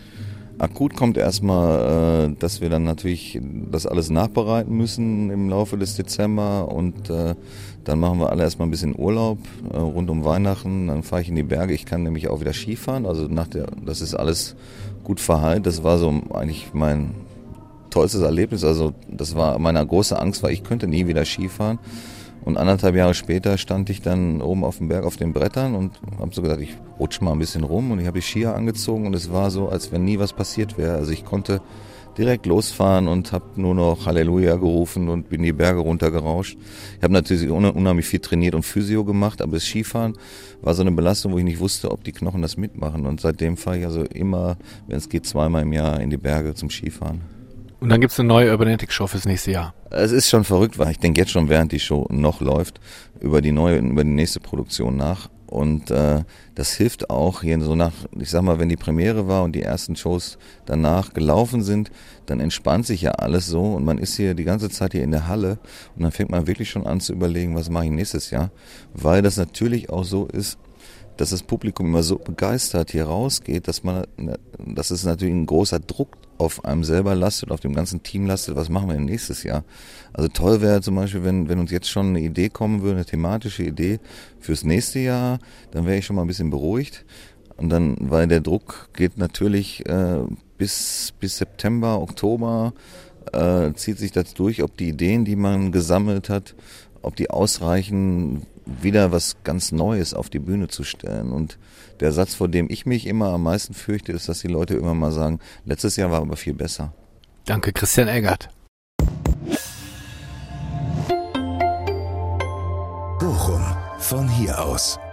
Akut kommt erstmal, äh, dass wir dann natürlich das alles nachbereiten müssen im Laufe des Dezember und äh, dann machen wir alle erstmal ein bisschen Urlaub äh, rund um Weihnachten, dann fahre ich in die Berge, ich kann nämlich auch wieder Skifahren, also nach der, das ist alles gut verheilt, das war so eigentlich mein tollstes Erlebnis, also das war meine große Angst, weil ich könnte nie wieder Skifahren. Und anderthalb Jahre später stand ich dann oben auf dem Berg auf den Brettern und habe so gedacht, ich rutsche mal ein bisschen rum und ich habe die Skier angezogen und es war so, als wenn nie was passiert wäre. Also ich konnte direkt losfahren und habe nur noch Halleluja gerufen und bin die Berge runtergerauscht. Ich habe natürlich unheimlich viel trainiert und Physio gemacht, aber das Skifahren war so eine Belastung, wo ich nicht wusste, ob die Knochen das mitmachen. Und seitdem fahre ich also immer, wenn es geht, zweimal im Jahr in die Berge zum Skifahren. Und dann gibt es eine neue Urbanetics-Show fürs nächste Jahr. Es ist schon verrückt, weil ich denke jetzt schon, während die Show noch läuft, über die neue, über die nächste Produktion nach. Und äh, das hilft auch hier so nach, ich sag mal, wenn die Premiere war und die ersten Shows danach gelaufen sind, dann entspannt sich ja alles so und man ist hier die ganze Zeit hier in der Halle und dann fängt man wirklich schon an zu überlegen, was mache ich nächstes Jahr. Weil das natürlich auch so ist, dass das Publikum immer so begeistert hier rausgeht, dass man, dass es natürlich ein großer Druck auf einem selber lastet, auf dem ganzen Team lastet, was machen wir denn nächstes Jahr? Also toll wäre zum Beispiel, wenn, wenn uns jetzt schon eine Idee kommen würde, eine thematische Idee fürs nächste Jahr, dann wäre ich schon mal ein bisschen beruhigt. Und dann, weil der Druck geht natürlich äh, bis, bis September, Oktober, äh, zieht sich das durch, ob die Ideen, die man gesammelt hat, ob die ausreichen, wieder was ganz Neues auf die Bühne zu stellen. Und der Satz, vor dem ich mich immer am meisten fürchte, ist, dass die Leute immer mal sagen, letztes Jahr war aber viel besser. Danke, Christian Eggert. Bochum, von hier aus.